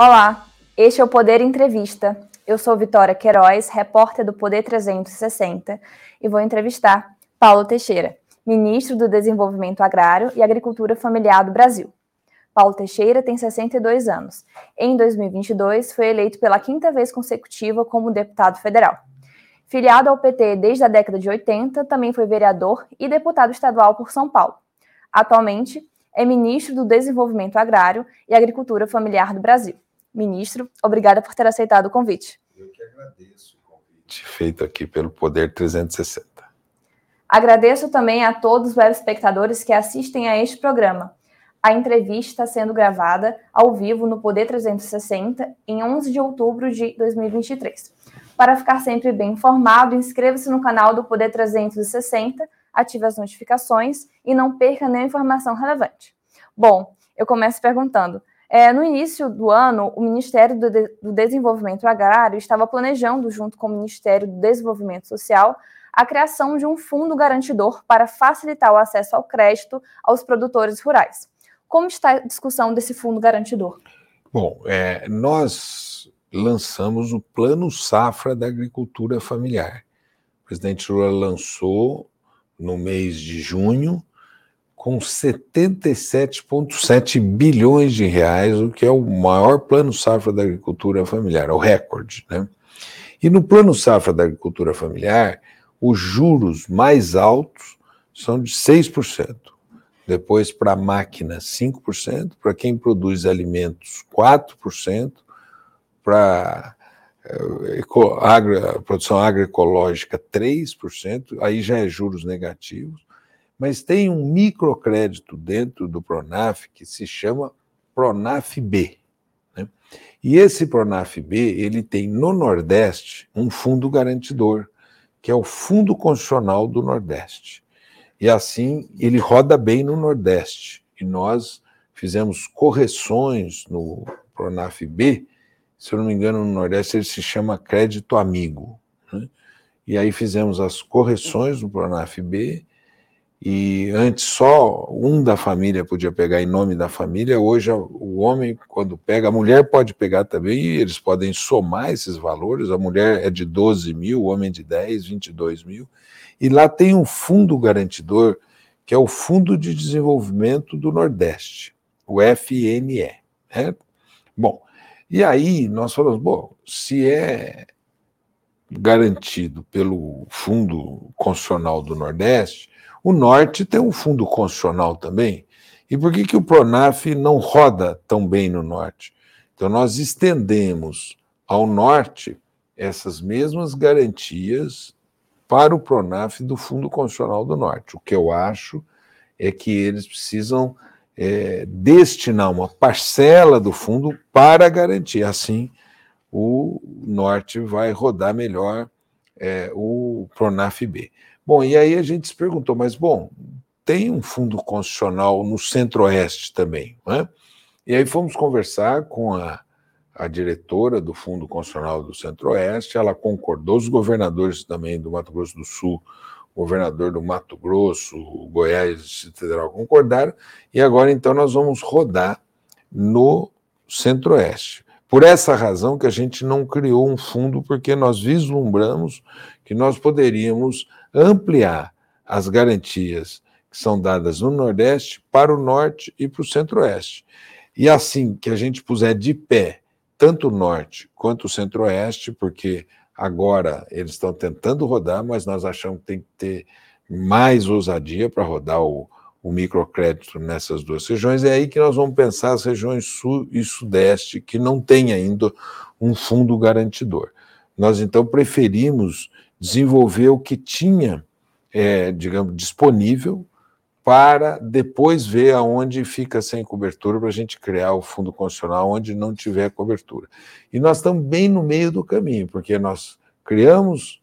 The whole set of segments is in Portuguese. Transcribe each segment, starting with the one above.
Olá, este é o Poder Entrevista. Eu sou Vitória Queiroz, repórter do Poder 360, e vou entrevistar Paulo Teixeira, ministro do Desenvolvimento Agrário e Agricultura Familiar do Brasil. Paulo Teixeira tem 62 anos. Em 2022, foi eleito pela 5ª vez consecutiva como deputado federal. Filiado ao PT desde a década de 80, também foi vereador e deputado estadual por São Paulo. Atualmente, é ministro do Desenvolvimento Agrário e Agricultura Familiar do Brasil. Ministro, obrigada por ter aceitado o convite. Eu que agradeço o convite feito aqui pelo Poder 360. Agradeço também a todos os webespectadores que assistem a este programa. A entrevista está sendo gravada ao vivo no Poder 360 em 11 de outubro de 2023. Para ficar sempre bem informado, inscreva-se no canal do Poder 360, ative as notificações e não perca nenhuma informação relevante. Bom, eu começo perguntando. No início do ano, o Ministério do Desenvolvimento Agrário estava planejando, junto com o Ministério do Desenvolvimento Social, a criação de um fundo garantidor para facilitar o acesso ao crédito aos produtores rurais. Como está a discussão desse fundo garantidor? Bom, nós lançamos o Plano Safra da Agricultura Familiar. O presidente Lula lançou no mês de junho, com 77,7 bilhões de reais, o que é o maior plano safra da agricultura familiar, é o recorde, né? E no plano safra da agricultura familiar, os juros mais altos são de 6%. Depois, para a máquina, 5%, para quem produz alimentos, 4%, para produção agroecológica, 3%, aí já é juros negativos. Mas tem um microcrédito dentro do Pronaf que se chama Pronaf-B, né? E esse Pronaf-B, ele tem no Nordeste um fundo garantidor, que é o Fundo Constitucional do Nordeste. E assim, ele roda bem no Nordeste. E nós fizemos correções no Pronaf-B, se eu não me engano, no Nordeste ele se chama Crédito Amigo, né? E aí fizemos as correções no Pronaf-B, e antes só um da família podia pegar em nome da família, hoje o homem, quando pega, a mulher pode pegar também, e eles podem somar esses valores, a mulher é de 12 mil, o homem é de 10, 22 mil, e lá tem um fundo garantidor, que é o Fundo de Desenvolvimento do Nordeste, o FNE, né? Bom, e aí nós falamos, bom, se é garantido pelo Fundo Constitucional do Nordeste, o Norte tem um fundo constitucional também. E por que o Pronaf não roda tão bem no Norte? Então, nós estendemos ao Norte essas mesmas garantias para o Pronaf do Fundo Constitucional do Norte. O que eu acho é que eles precisam destinar uma parcela do fundo para garantir. Assim, o Norte vai rodar melhor o Pronaf-B. Bom, e aí a gente se perguntou, mas bom, tem um fundo constitucional no Centro-Oeste também, né? E aí fomos conversar com a diretora do Fundo Constitucional do Centro-Oeste, ela concordou, os governadores também do Mato Grosso do Sul, o governador do Mato Grosso, o Goiás e o Distrito Federal concordaram, e agora então nós vamos rodar no Centro-Oeste. Por essa razão que a gente não criou um fundo, porque nós vislumbramos que nós poderíamos ampliar as garantias que são dadas no Nordeste para o Norte e para o Centro-Oeste. E assim que a gente puser de pé tanto o Norte quanto o Centro-Oeste, porque agora eles estão tentando rodar, mas nós achamos que tem que ter mais ousadia para rodar o microcrédito nessas duas regiões, é aí que nós vamos pensar as regiões Sul e Sudeste, que não têm ainda um fundo garantidor. Nós, então, preferimos desenvolver o que tinha, digamos, disponível, para depois ver aonde fica sem cobertura, para a gente criar o Fundo Constitucional onde não tiver cobertura. E nós estamos bem no meio do caminho, porque nós criamos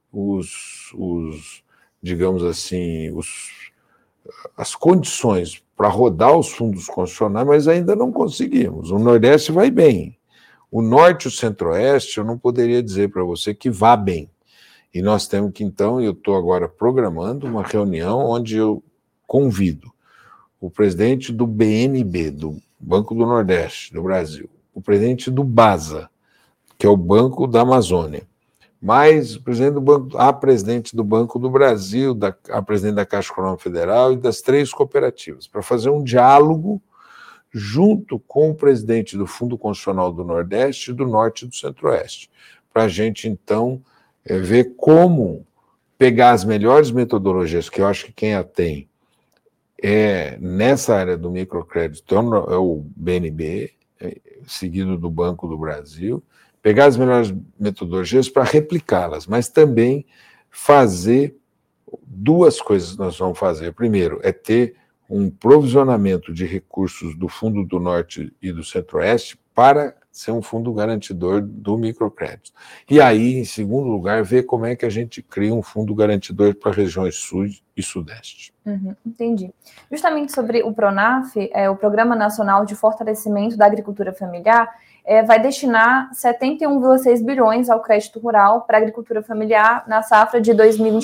digamos assim, as condições para rodar os fundos constitucionais, mas ainda não conseguimos. O Nordeste vai bem. O Norte e o Centro-Oeste, eu não poderia dizer para você que vá bem. E nós temos que, então, eu estou agora programando uma reunião onde eu convido o presidente do BNB, do Banco do Nordeste do Brasil, o presidente do BASA, que é o Banco da Amazônia, mais o presidente do Banco, a presidente do Banco do Brasil, a presidente da Caixa Econômica Federal e das 3 cooperativas, para fazer um diálogo junto com o presidente do Fundo Constitucional do Nordeste, do Norte e do Centro-Oeste, para a gente, então, ver como pegar as melhores metodologias, que eu acho que quem a tem nessa área do microcrédito é o BNB, seguido do Banco do Brasil, pegar as melhores metodologias para replicá-las, mas também fazer 2 coisas que nós vamos fazer. Primeiro, é ter um provisionamento de recursos do Fundo do Norte e do Centro-Oeste para ser um fundo garantidor do microcrédito. E aí, em segundo lugar, ver como é que a gente cria um fundo garantidor para regiões Sul e Sudeste. Entendi. Justamente sobre o PRONAF, o Programa Nacional de Fortalecimento da Agricultura Familiar, vai destinar 71,6 bilhões ao crédito rural para a agricultura familiar na safra de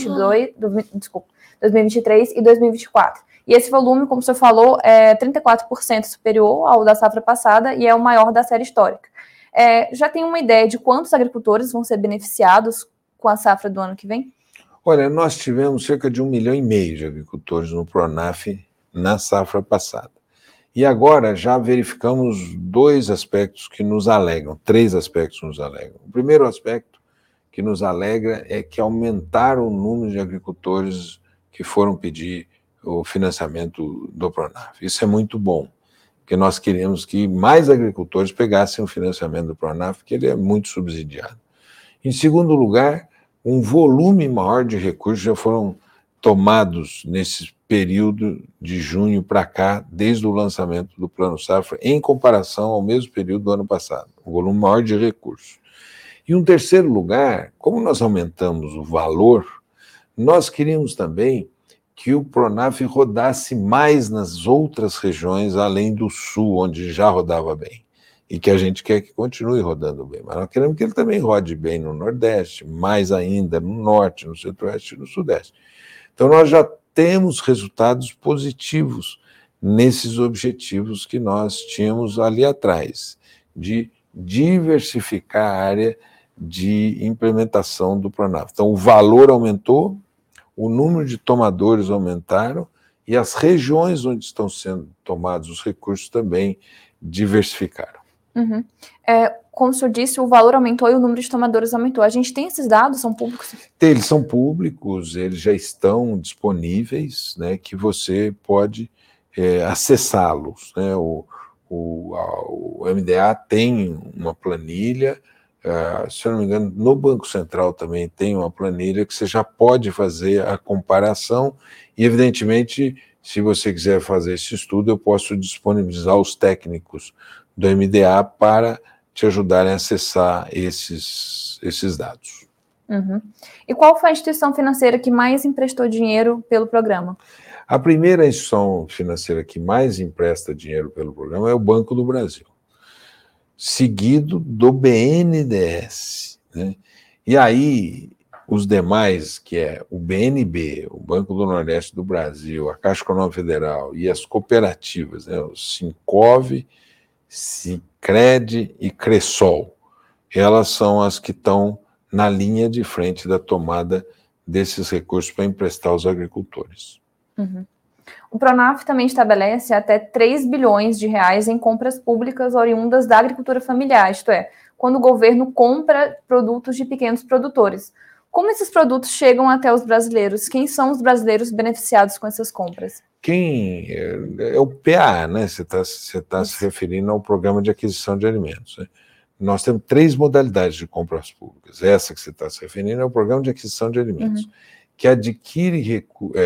2023 e 2024. E esse volume, como o senhor falou, é 34% superior ao da safra passada e é o maior da série histórica. Já tem uma ideia de quantos agricultores vão ser beneficiados com a safra do ano que vem? Olha, nós tivemos cerca de 1,5 milhão de agricultores no PRONAF na safra passada. E agora já verificamos 2 aspectos que nos alegram, 3 aspectos que nos alegram. O primeiro aspecto que nos alegra é que aumentaram o número de agricultores que foram pedir o financiamento do PRONAF. Isso é muito bom, porque nós queríamos que mais agricultores pegassem o financiamento do PRONAF, que ele é muito subsidiado. Em segundo lugar, um volume maior de recursos já foram tomados nesse período de junho para cá, desde o lançamento do Plano Safra, em comparação ao mesmo período do ano passado, um volume maior de recursos. E um terceiro lugar, como nós aumentamos o valor, nós queríamos também que o PRONAF rodasse mais nas outras regiões, além do Sul, onde já rodava bem, e que a gente quer que continue rodando bem, mas nós queremos que ele também rode bem no Nordeste, mais ainda no Norte, no Centro-Oeste e no Sudeste. Então nós já temos resultados positivos nesses objetivos que nós tínhamos ali atrás, de diversificar a área de implementação do PRONAF. Então o valor aumentou, o número de tomadores aumentaram e as regiões onde estão sendo tomados os recursos também diversificaram. Como o senhor disse, o valor aumentou e o número de tomadores aumentou. A gente tem esses dados, são públicos? Eles são públicos, eles já estão disponíveis, né, que você pode acessá-los, né? O MDA tem uma planilha, se eu não me engano, no Banco Central também tem uma planilha que você já pode fazer a comparação e, evidentemente, se você quiser fazer esse estudo, eu posso disponibilizar os técnicos do MDA para te ajudarem a acessar esses dados. E qual foi a instituição financeira que mais emprestou dinheiro pelo programa? A primeira instituição financeira que mais empresta dinheiro pelo programa é o Banco do Brasil, seguido do BNDES, né? E aí, os demais, que é o BNB, o Banco do Nordeste do Brasil, a Caixa Econômica Federal e as cooperativas, né, o Sincov, Sicredi e Cressol, elas são as que estão na linha de frente da tomada desses recursos para emprestar aos agricultores. O PRONAF também estabelece até 3 bilhões de reais em compras públicas oriundas da agricultura familiar, isto é, quando o governo compra produtos de pequenos produtores. Como esses produtos chegam até os brasileiros? Quem são os brasileiros beneficiados com essas compras? Quem é o PA, né? Você está se referindo ao Programa de Aquisição de Alimentos, né? Nós temos 3 modalidades de compras públicas. Essa que você está se referindo é o Programa de Aquisição de Alimentos, que adquire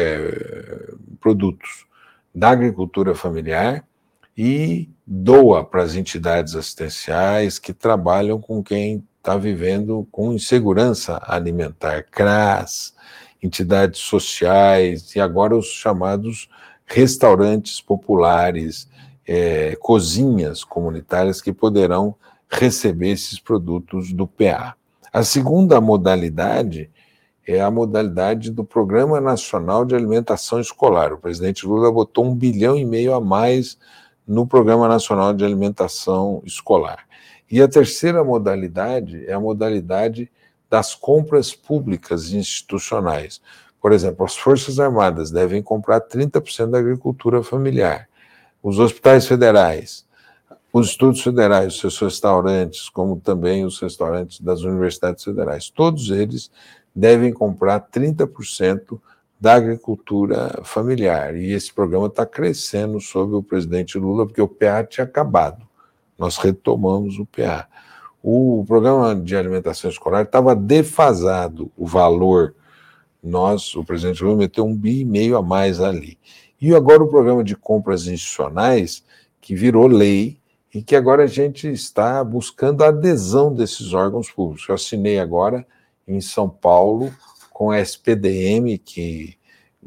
produtos da agricultura familiar e doa para as entidades assistenciais que trabalham com quem está vivendo com insegurança alimentar, CRAS, entidades sociais e agora os chamados restaurantes populares, cozinhas comunitárias que poderão receber esses produtos do PA. A segunda modalidade é a modalidade do Programa Nacional de Alimentação Escolar. O presidente Lula botou 1,5 bilhão a mais no Programa Nacional de Alimentação Escolar. E a terceira modalidade é a modalidade das compras públicas institucionais. Por exemplo, as Forças Armadas devem comprar 30% da agricultura familiar. Os hospitais federais, os institutos federais, os seus restaurantes, como também os restaurantes das universidades federais, todos eles devem comprar 30% da agricultura familiar. E esse programa está crescendo sob o presidente Lula, porque o PA tinha acabado. Nós retomamos o PA. O programa de alimentação escolar estava defasado, o valor. O presidente Lula meteu 1,5 bi a mais ali. E agora o programa de compras institucionais, que virou lei, e que agora a gente está buscando a adesão desses órgãos públicos. Eu assinei agora em São Paulo com a SPDM, que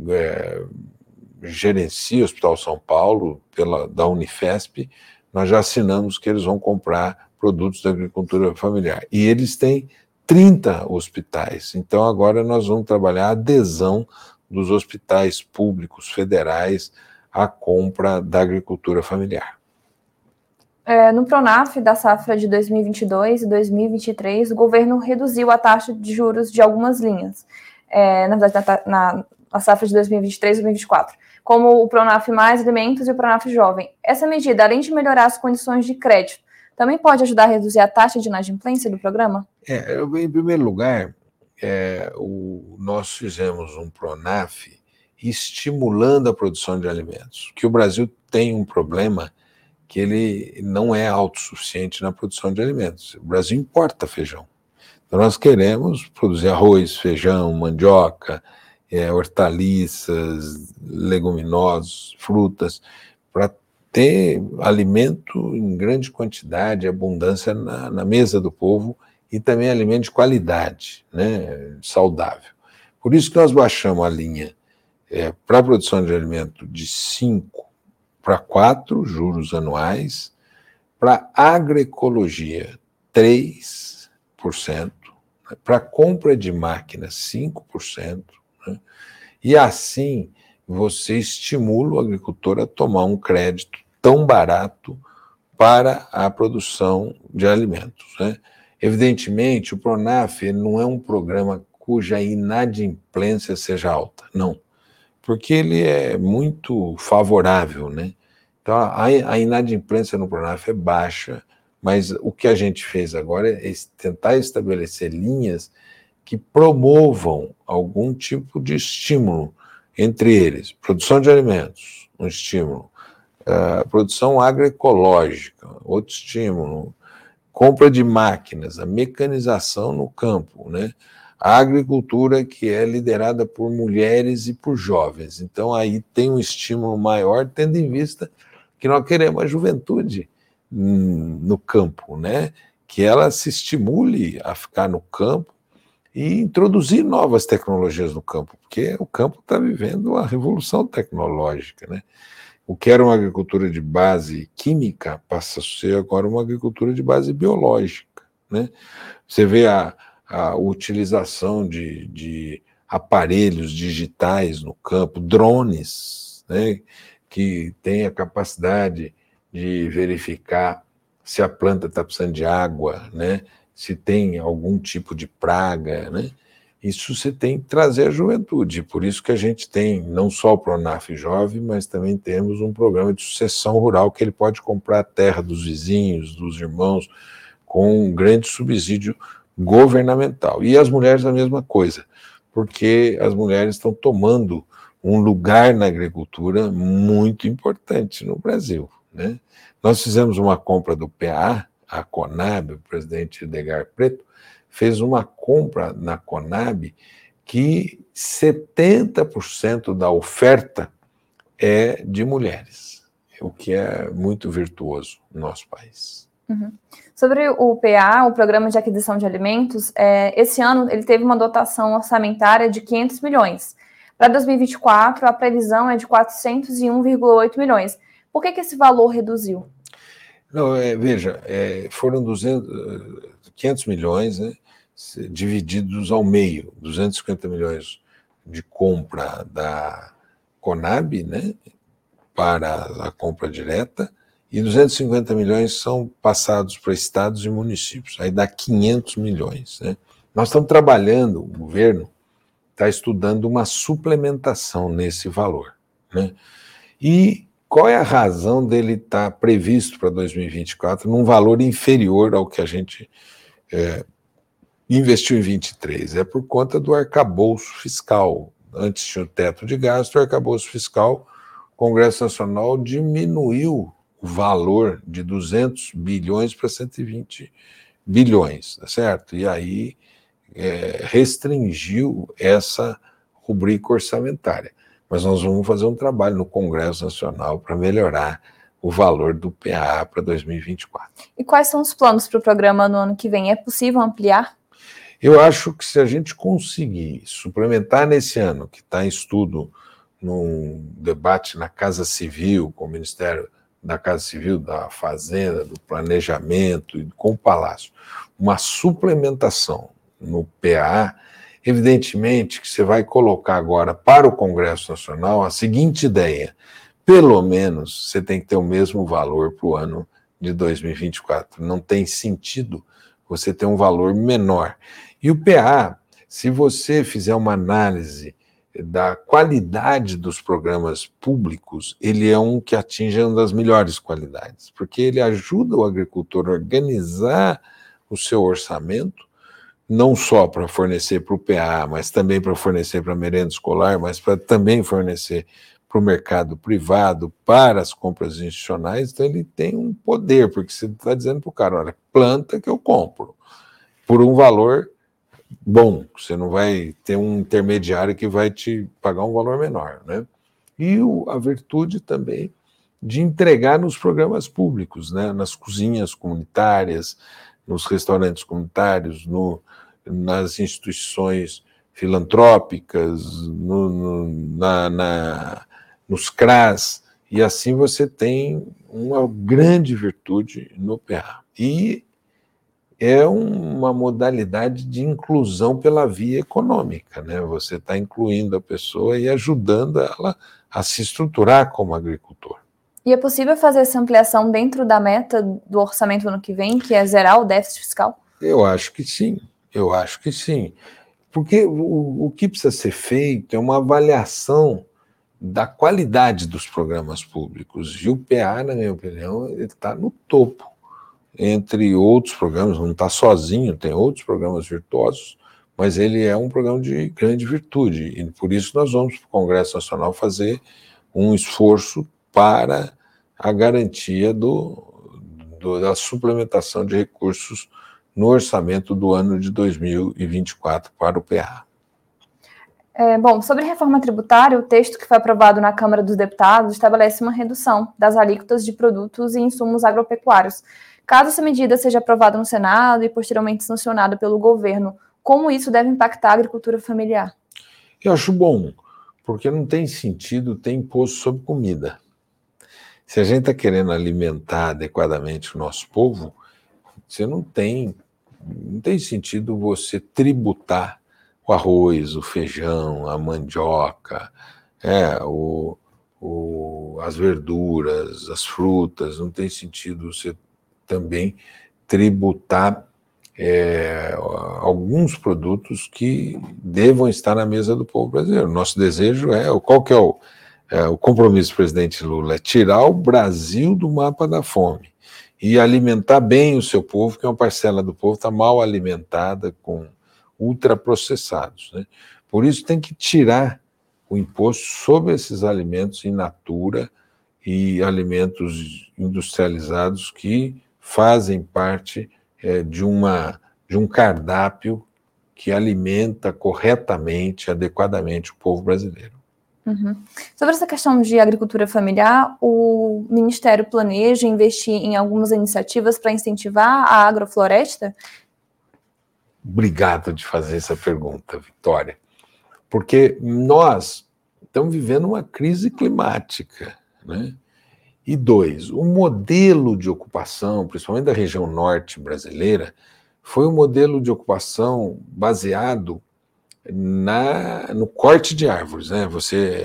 gerencia o Hospital São Paulo, da Unifesp. Nós já assinamos que eles vão comprar produtos da agricultura familiar. E eles têm 30 hospitais. Então, agora nós vamos trabalhar a adesão dos hospitais públicos federais à compra da agricultura familiar. No Pronaf da safra de 2022 e 2023, o governo reduziu a taxa de juros de algumas linhas, na verdade, na safra de 2023 e 2024, como o Pronaf Mais Alimentos e o Pronaf Jovem. Essa medida, além de melhorar as condições de crédito, também pode ajudar a reduzir a taxa de inadimplência do programa? Em primeiro lugar, nós fizemos um Pronaf estimulando a produção de alimentos, que o Brasil tem um problema que ele não é autossuficiente na produção de alimentos. O Brasil importa feijão. Então nós queremos produzir arroz, feijão, mandioca, hortaliças, leguminosas, frutas, para ter alimento em grande quantidade, abundância na mesa do povo e também alimento de qualidade, né, saudável. Por isso que nós baixamos a linha para a produção de alimento de 5 para 4 juros anuais, para agroecologia 3%, para compra de máquinas 5%, né? E assim você estimula o agricultor a tomar um crédito tão barato para a produção de alimentos, né? Evidentemente, o Pronaf não é um programa cuja inadimplência seja alta, não, porque ele é muito favorável, né? Então, a inadimplência no Pronaf é baixa, mas o que a gente fez agora é tentar estabelecer linhas que promovam algum tipo de estímulo, entre eles, produção de alimentos, um estímulo, produção agroecológica, outro estímulo, compra de máquinas, a mecanização no campo, né? A agricultura que é liderada por mulheres e por jovens. Então, aí tem um estímulo maior, tendo em vista que nós queremos a juventude no campo, né? Que ela se estimule a ficar no campo e introduzir novas tecnologias no campo, porque o campo está vivendo uma revolução tecnológica, né? O que era uma agricultura de base química passa a ser agora uma agricultura de base biológica, né? Você vê a utilização de aparelhos digitais no campo, drones, né, que têm a capacidade de verificar se a planta está precisando de água, né, se tem algum tipo de praga, né? Isso você tem que trazer a juventude, por isso que a gente tem não só o Pronaf Jovem, mas também temos um programa de sucessão rural que ele pode comprar a terra dos vizinhos, dos irmãos, com um grande subsídio governamental. E as mulheres a mesma coisa, porque as mulheres estão tomando um lugar na agricultura muito importante no Brasil, né? Nós fizemos uma compra do PA, a Conab, o presidente Edgar Preto, fez uma compra na Conab que 70% da oferta é de mulheres, o que é muito virtuoso no nosso país. Uhum. Sobre o PA, o Programa de Aquisição de Alimentos, esse ano ele teve uma dotação orçamentária de 500 milhões. Para 2024, a previsão é de 401,8 milhões. Por que esse valor reduziu? Não, veja, foram 500 milhões, né, divididos ao meio, 250 milhões de compra da Conab, né, para a compra direta, e 250 milhões são passados para estados e municípios, aí dá 500 milhões. Né? Nós estamos trabalhando, o governo está estudando uma suplementação nesse valor. Né? E qual é a razão dele estar previsto para 2024 num valor inferior ao que a gente investiu em 23? É por conta do arcabouço fiscal. Antes tinha o teto de gasto, o arcabouço fiscal, o Congresso Nacional diminuiu o valor de 200 bilhões para 120 bilhões, tá certo? E aí restringiu essa rubrica orçamentária. Mas nós vamos fazer um trabalho no Congresso Nacional para melhorar o valor do PA para 2024. E quais são os planos para o programa no ano que vem? É possível ampliar? Eu acho que se a gente conseguir suplementar nesse ano, que está em estudo num debate na Casa Civil, com o Ministério da Casa Civil, da Fazenda, do Planejamento e com o Palácio, uma suplementação no PA, evidentemente que você vai colocar agora para o Congresso Nacional a seguinte ideia: pelo menos você tem que ter o mesmo valor para o ano de 2024. Não tem sentido você ter um valor menor. E o PA, se você fizer uma análise da qualidade dos programas públicos, ele é um que atinge uma das melhores qualidades, porque ele ajuda o agricultor a organizar o seu orçamento, não só para fornecer para o PA, mas também para fornecer para a merenda escolar, mas para também fornecer para o mercado privado, para as compras institucionais. Então ele tem um poder, porque você está dizendo para o cara, olha, planta que eu compro, por um valor bom, você não vai ter um intermediário que vai te pagar um valor menor, né? E a virtude também de entregar nos programas públicos, né? Nas cozinhas comunitárias, nos restaurantes comunitários, nas instituições filantrópicas, nos CRAS, e assim você tem uma grande virtude no PA. E é uma modalidade de inclusão pela via econômica, né? Você está incluindo a pessoa e ajudando ela a se estruturar como agricultor. E é possível fazer essa ampliação dentro da meta do orçamento do ano que vem, que é zerar o déficit fiscal? Eu acho que sim, porque o que precisa ser feito é uma avaliação da qualidade dos programas públicos, e o PA, na minha opinião, ele está no topo. Entre outros programas, não está sozinho, tem outros programas virtuosos, mas ele é um programa de grande virtude, e por isso nós vamos para o Congresso Nacional fazer um esforço para a garantia da suplementação de recursos no orçamento do ano de 2024 para o PA. Bom, sobre reforma tributária, o texto que foi aprovado na Câmara dos Deputados estabelece uma redução das alíquotas de produtos e insumos agropecuários. Caso essa medida seja aprovada no Senado e posteriormente sancionada pelo governo, como isso deve impactar a agricultura familiar? Eu acho bom, porque não tem sentido ter imposto sobre comida. Se a gente está querendo alimentar adequadamente o nosso povo, não tem sentido você tributar o arroz, o feijão, a mandioca, as verduras, as frutas. Não tem sentido você também tributar alguns produtos que devam estar na mesa do povo brasileiro. Nosso desejo qual que é o compromisso do presidente Lula? É tirar o Brasil do mapa da fome e alimentar bem o seu povo, que é uma parcela do povo está mal alimentada com ultraprocessados, né? Por isso tem que tirar o imposto sobre esses alimentos in natura e alimentos industrializados que fazem parte de um cardápio que alimenta corretamente, adequadamente o povo brasileiro. Uhum. Sobre essa questão de agricultura familiar, o Ministério planeja investir em algumas iniciativas para incentivar a agrofloresta? Obrigado de fazer essa pergunta, Vitória, porque nós estamos vivendo uma crise climática, né? E o modelo de ocupação, principalmente da região norte brasileira, foi um modelo de ocupação baseado no corte de árvores, né? Você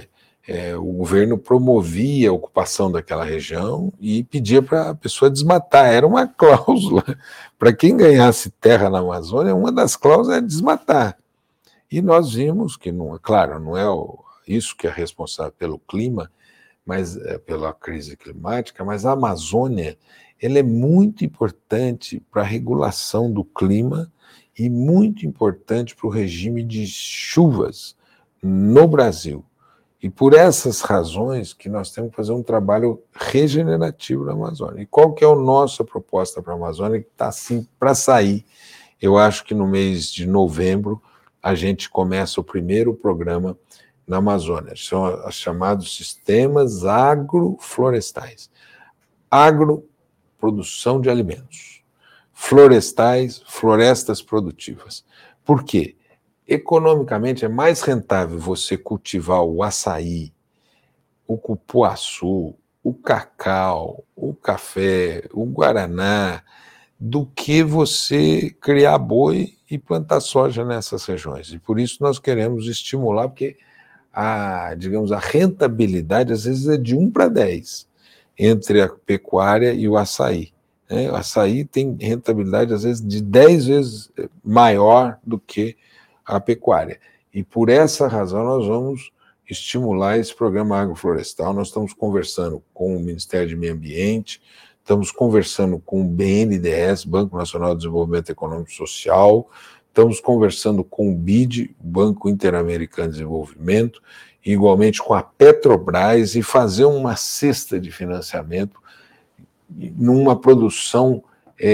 o governo promovia a ocupação daquela região e pedia para a pessoa desmatar. Era uma cláusula. Para quem ganhasse terra na Amazônia, uma das cláusulas é desmatar. E nós vimos que, claro, não é isso que é responsável pelo clima, mas pela crise climática, mas a Amazônia ela é muito importante para a regulação do clima e muito importante para o regime de chuvas no Brasil. E por essas razões que nós temos que fazer um trabalho regenerativo na Amazônia. E qual que é a nossa proposta para a Amazônia, que está assim para sair? Eu acho que no mês de novembro a gente começa o primeiro programa na Amazônia. São os chamados sistemas agroflorestais. Agro, produção de alimentos. Florestais, florestas produtivas. Por quê? Economicamente é mais rentável você cultivar o açaí, o cupuaçu, o cacau, o café, o guaraná, do que você criar boi e plantar soja nessas regiões. E por isso nós queremos estimular, porque digamos, a rentabilidade às vezes é de 1 para 10 entre a pecuária e o açaí. Né? O açaí tem rentabilidade às vezes de 10 vezes maior do que a pecuária. E por essa razão nós vamos estimular esse programa agroflorestal. Nós estamos conversando com o Ministério do Meio Ambiente, estamos conversando com o BNDES, Banco Nacional de Desenvolvimento Econômico e Social, estamos conversando com o BID, Banco Interamericano de Desenvolvimento, igualmente com a Petrobras, e fazer uma cesta de financiamento numa produção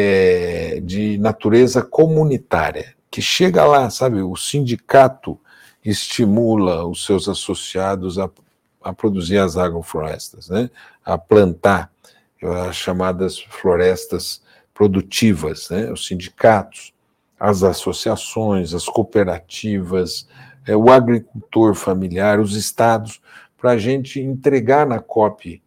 de natureza comunitária, que chega lá, sabe, o sindicato estimula os seus associados a produzir as agroflorestas, né, a plantar as chamadas florestas produtivas, né, os sindicatos, as associações, as cooperativas, o agricultor familiar, os estados, para a gente entregar na COP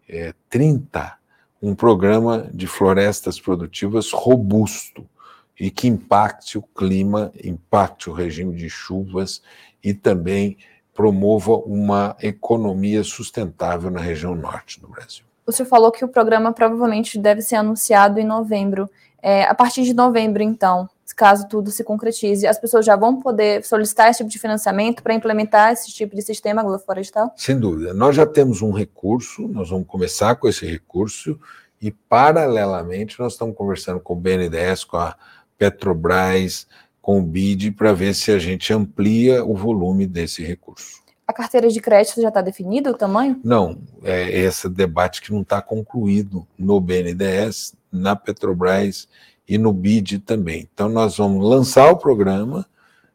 30 um programa de florestas produtivas robusto e que impacte o clima, impacte o regime de chuvas e também promova uma economia sustentável na região norte do Brasil. O senhor falou que o programa provavelmente deve ser anunciado em novembro. A partir de novembro, então, caso tudo se concretize, as pessoas já vão poder solicitar esse tipo de financiamento para implementar esse tipo de sistema agroflorestal? Sem dúvida. Nós já temos um recurso, nós vamos começar com esse recurso e, paralelamente, nós estamos conversando com o BNDES, com a Petrobras, com o BID, para ver se a gente amplia o volume desse recurso. A carteira de crédito já está definida, o tamanho? Não, é esse debate que não está concluído no BNDES, na Petrobras e no BID também. Então, nós vamos lançar o programa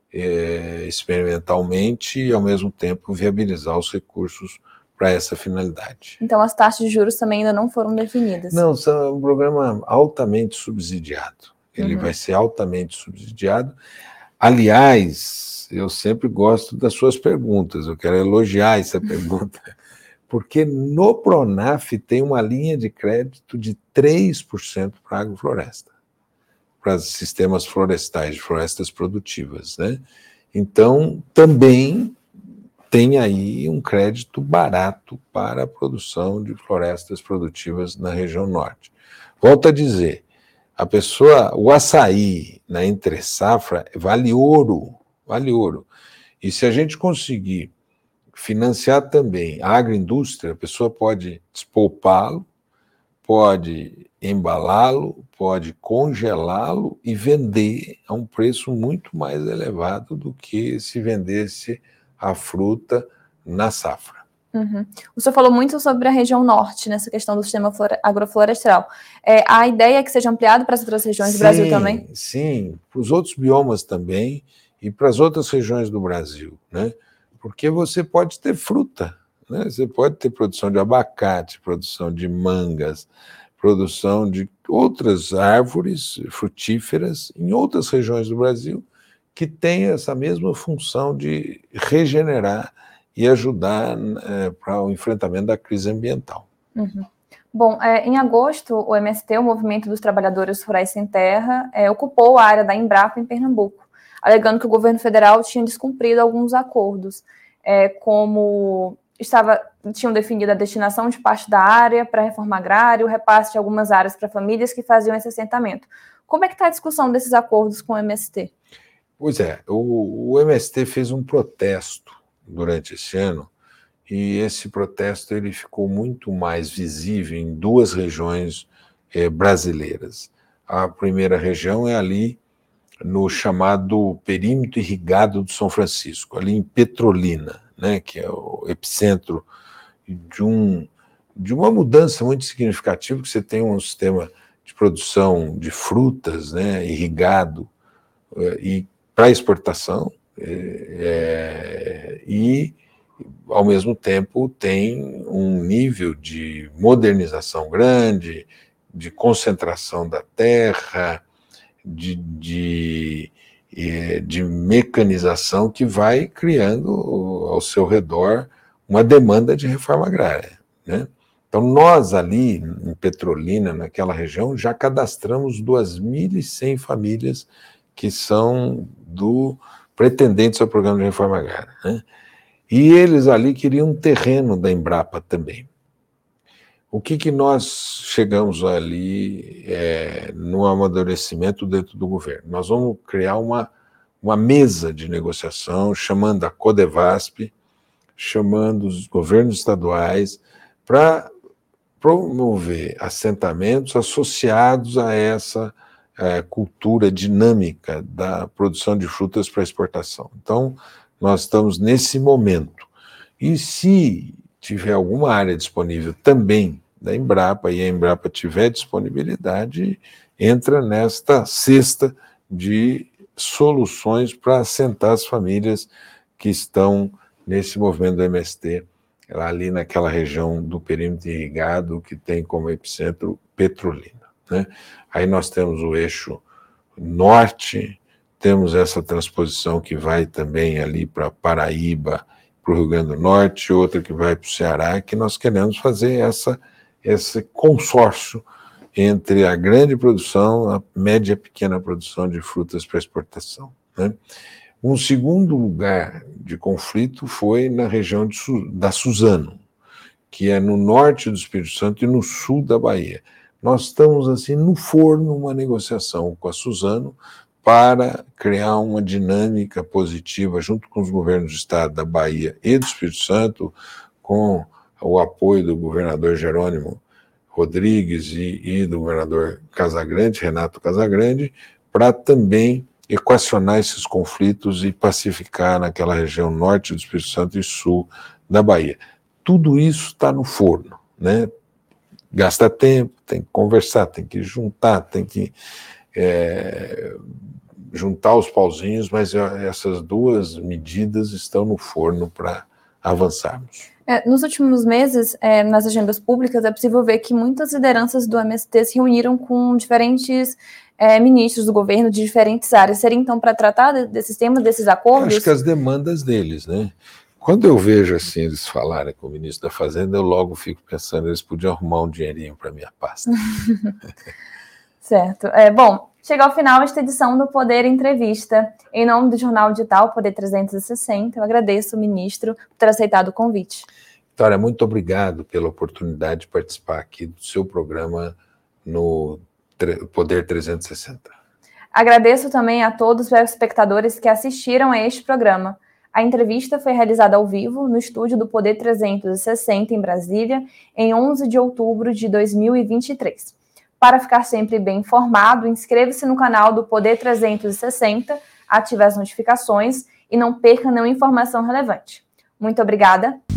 experimentalmente e, ao mesmo tempo, viabilizar os recursos para essa finalidade. Então, as taxas de juros também ainda não foram definidas? Não, é um programa altamente subsidiado. Ele vai ser altamente subsidiado. Aliás, eu sempre gosto das suas perguntas, eu quero elogiar essa pergunta, porque no Pronaf tem uma linha de crédito de 3% para a agrofloresta, para os sistemas florestais, de florestas produtivas, né? Então, também tem aí um crédito barato para a produção de florestas produtivas na região norte. Volto a dizer, o açaí na entre-safra vale ouro, vale ouro. E se a gente conseguir financiar também a agroindústria, a pessoa pode despolpá-lo, pode embalá-lo, pode congelá-lo e vender a um preço muito mais elevado do que se vendesse a fruta na safra. O senhor falou muito sobre a região norte, nessa questão do sistema agroflorestal. A ideia é que seja ampliado para as outras regiões do Brasil também? Sim, para os outros biomas também e para as outras regiões do Brasil, né? Porque você pode ter fruta, né? Você pode ter produção de abacate, produção de mangas, produção de outras árvores frutíferas em outras regiões do Brasil que têm essa mesma função de regenerar e ajudar para o enfrentamento da crise ambiental. Bom, em agosto, o MST, o Movimento dos Trabalhadores Rurais Sem Terra, ocupou a área da Embrapa em Pernambuco, alegando que o governo federal tinha descumprido alguns acordos, como tinham definido a destinação de parte da área para a reforma agrária, o repasse de algumas áreas para famílias que faziam esse assentamento. Como é que está a discussão desses acordos com o MST? Pois é, o MST fez um protesto durante esse ano, e esse protesto ele ficou muito mais visível em duas regiões brasileiras. A primeira região é ali no chamado perímetro irrigado do São Francisco, ali em Petrolina, né, que é o epicentro de uma mudança muito significativa, que você tem um sistema de produção de frutas, né, irrigado e para exportação, e ao mesmo tempo tem um nível de modernização grande, de concentração da terra, de mecanização que vai criando ao seu redor uma demanda de reforma agrária, né? Então nós ali em Petrolina, naquela região, já cadastramos 2.100 famílias que são pretendentes ao programa de reforma agrária, né? E eles ali queriam um terreno da Embrapa também. O que nós chegamos ali no amadurecimento dentro do governo? Nós vamos criar uma mesa de negociação, chamando a Codevasp, chamando os governos estaduais, para promover assentamentos associados a essa cultura dinâmica da produção de frutas para exportação. Então, nós estamos nesse momento. E se tiver alguma área disponível também da Embrapa, e a Embrapa tiver disponibilidade, entra nesta cesta de soluções para assentar as famílias que estão nesse movimento do MST, ali naquela região do perímetro irrigado, que tem como epicentro Petrolina, né? Aí nós temos o eixo norte, temos essa transposição que vai também ali para Paraíba, para o Rio Grande do Norte, outra que vai para o Ceará, que nós queremos fazer esse consórcio entre a grande produção, a média e pequena produção de frutas para exportação, né? Um segundo lugar de conflito foi na região da Suzano, que é no norte do Espírito Santo e no sul da Bahia. Nós estamos, assim, no forno, uma negociação com a Suzano para criar uma dinâmica positiva junto com os governos do estado da Bahia e do Espírito Santo, com o apoio do governador Jerônimo Rodrigues e do governador Casagrande, Renato Casagrande, para também equacionar esses conflitos e pacificar naquela região norte do Espírito Santo e sul da Bahia. Tudo isso está no forno, né? Gasta tempo, tem que conversar, tem que juntar, tem que juntar os pauzinhos, mas essas duas medidas estão no forno para avançarmos. Nos últimos meses, nas agendas públicas, é possível ver que muitas lideranças do MST se reuniram com diferentes ministros do governo de diferentes áreas. Seria, então, para tratar desses temas, desses acordos? Acho que as demandas deles, né? Quando eu vejo assim eles falarem com o ministro da Fazenda, eu logo fico pensando, eles podiam arrumar um dinheirinho para minha pasta. Certo. Bom, chega ao final esta edição do Poder Entrevista. Em nome do Jornal Digital Poder 360, eu agradeço o ministro por ter aceitado o convite. Vitória, muito obrigado pela oportunidade de participar aqui do seu programa no Poder 360. Agradeço também a todos os espectadores que assistiram a este programa. A entrevista foi realizada ao vivo no estúdio do Poder 360 em Brasília, em 11 de outubro de 2023. Para ficar sempre bem informado, inscreva-se no canal do Poder 360, ative as notificações e não perca nenhuma informação relevante. Muito obrigada